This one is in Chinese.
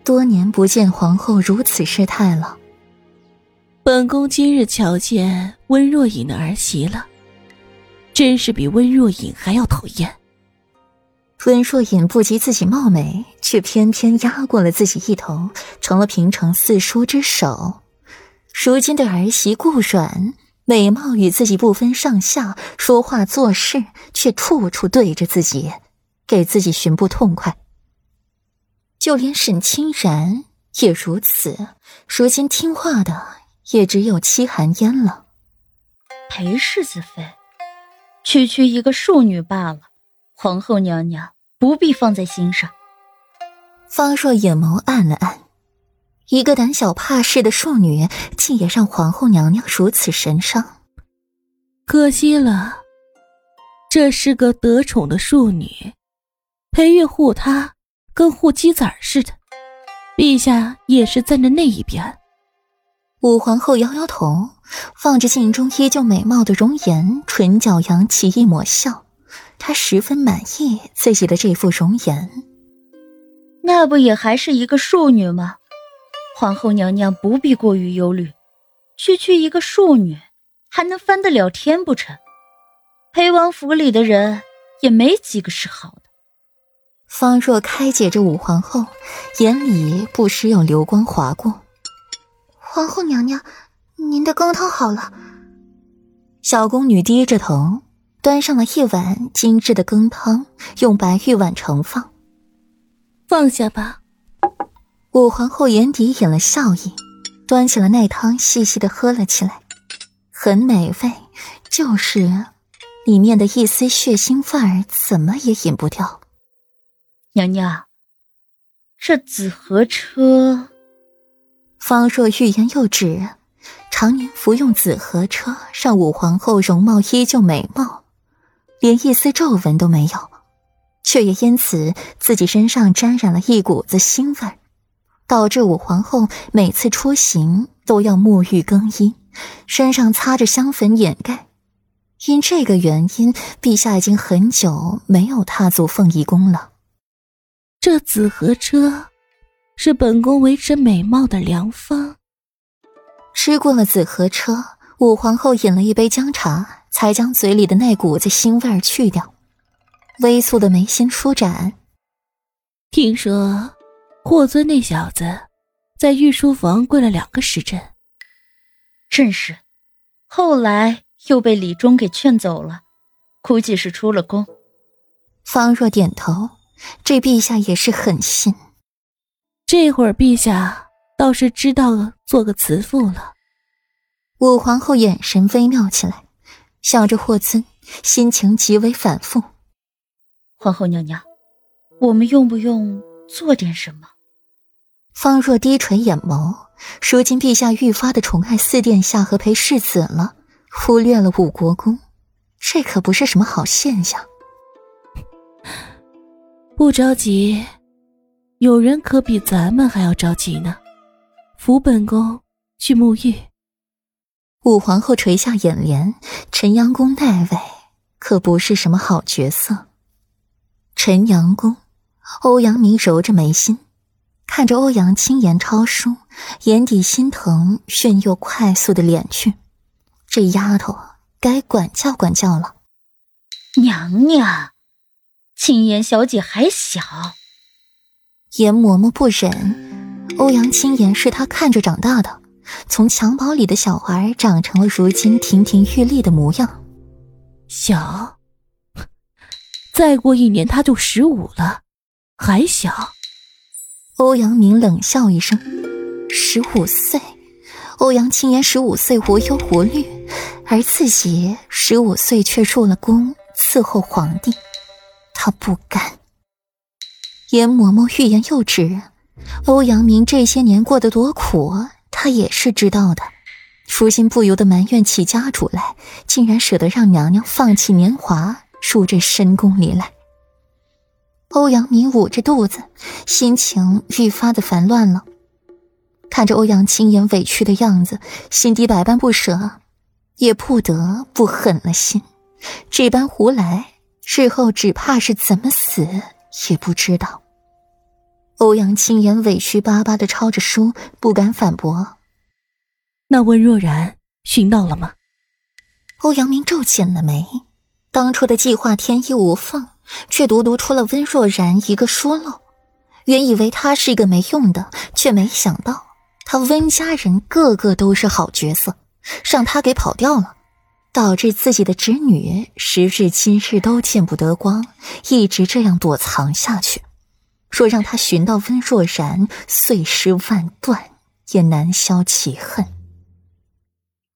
多年不见皇后如此失态了。 本宫今日瞧见温若隐的儿媳了，真是比温若隐还要讨厌。 温若隐不及自己貌美，却偏偏压过了自己一头，成了平城四叔之首。如今的儿媳顾阮，美貌与自己不分上下，说话做事却处处对着自己，给自己寻不痛快。就连沈清然也如此，如今听话的也只有戚寒烟了。 裴世子妃，区一个庶女罢了，皇后娘娘不必放在心上。 方若眼眸暗了暗，一个胆小怕事的庶女，竟也让皇后娘娘如此神伤。 可惜了，这是个得宠的庶女，裴月护她跟护鸡仔似的，陛下也是站在那一边。 武皇后摇摇头，望着镜中依旧美貌的容颜，唇角扬起一抹笑。她十分满意自己的这副容颜。 那不也还是一个庶女吗？皇后娘娘不必过于忧虑，区一个庶女还能翻得了天不成？裴王府里的人也没几个是好的。 方若开解着武皇后，眼里不时有流光划过。皇后娘娘，您的羹汤好了。小宫女低着头，端上了一碗精致的羹汤，用白玉碗盛放。 放下吧。 武皇后眼底隐了笑意，端起了那汤细细地喝了起来，很美味，就是里面的一丝血腥味儿怎么也隐不掉。 娘娘，这紫河车…… 方若欲言又止，常年服用紫河车，让武皇后容貌依旧美貌，连一丝皱纹都没有，却也因此自己身上沾染了一股子腥味，导致武皇后每次出行都要沐浴更衣，身上擦着香粉掩盖。因这个原因，陛下已经很久没有踏足凤仪宫了。 这紫河车是本宫维持美貌的良方。 吃过了紫河车，武皇后饮了一杯姜茶，才将嘴里的那股子腥味去掉，微蹙的眉心舒展。 听说霍尊那小子在御书房跪了2个时辰。 正是，后来又被李忠给劝走了，估计是出了宫。 方若点头，这陛下也是狠心。 这会儿陛下倒是知道做个慈父了。 武皇后眼神微妙起来，想着霍尊，心情极为反复。 皇后娘娘，我们用不用做点什么？ 方若低垂眼眸，如今陛下愈发的宠爱四殿下和裴世子了，忽略了武国公，这可不是什么好现象。 不着急，有人可比咱们还要着急呢。扶本宫去沐浴。 武皇后垂下眼帘，陈阳宫代位可不是什么好角色。陈阳宫，欧阳明揉着眉心，看着欧阳轻言抄书，眼底心疼炫又快速的敛去。这丫头该管教管教了。 娘娘，轻言小姐还小。 严嬷嬷不忍，欧阳轻言是她看着长大的，从襁褓里的小孩长成了如今亭亭玉立的模样。 小？再过1年他就15了，还小？ 欧阳明冷笑一声，15岁？欧阳轻言15岁无忧无虑，而自己15岁却入了宫伺候皇帝，他不敢。严嬷嬷欲言又止，欧阳明这些年过得多苦，他也是知道的，如今不由得埋怨起家主来，竟然舍得让娘娘放弃年华入这深宫里来。欧阳明捂着肚子，心情愈发的烦乱了，看着欧阳轻言委屈的样子，心底百般不舍，也不得不狠了心。这般胡来，日后只怕是怎么死也不知道。 欧阳青言委屈巴巴地抄着书，不敢反驳。 那温若然寻到了吗？ 欧阳明皱紧了眉，当初的计划天衣无缝，却独独出了温若然一个疏漏。原以为他是一个没用的，却没想到他温家人个个都是好角色，让他给跑掉了，导致自己的侄女时至今日都见不得光，一直这样躲藏下去。若让他寻到温若然，碎尸万段也难消其恨。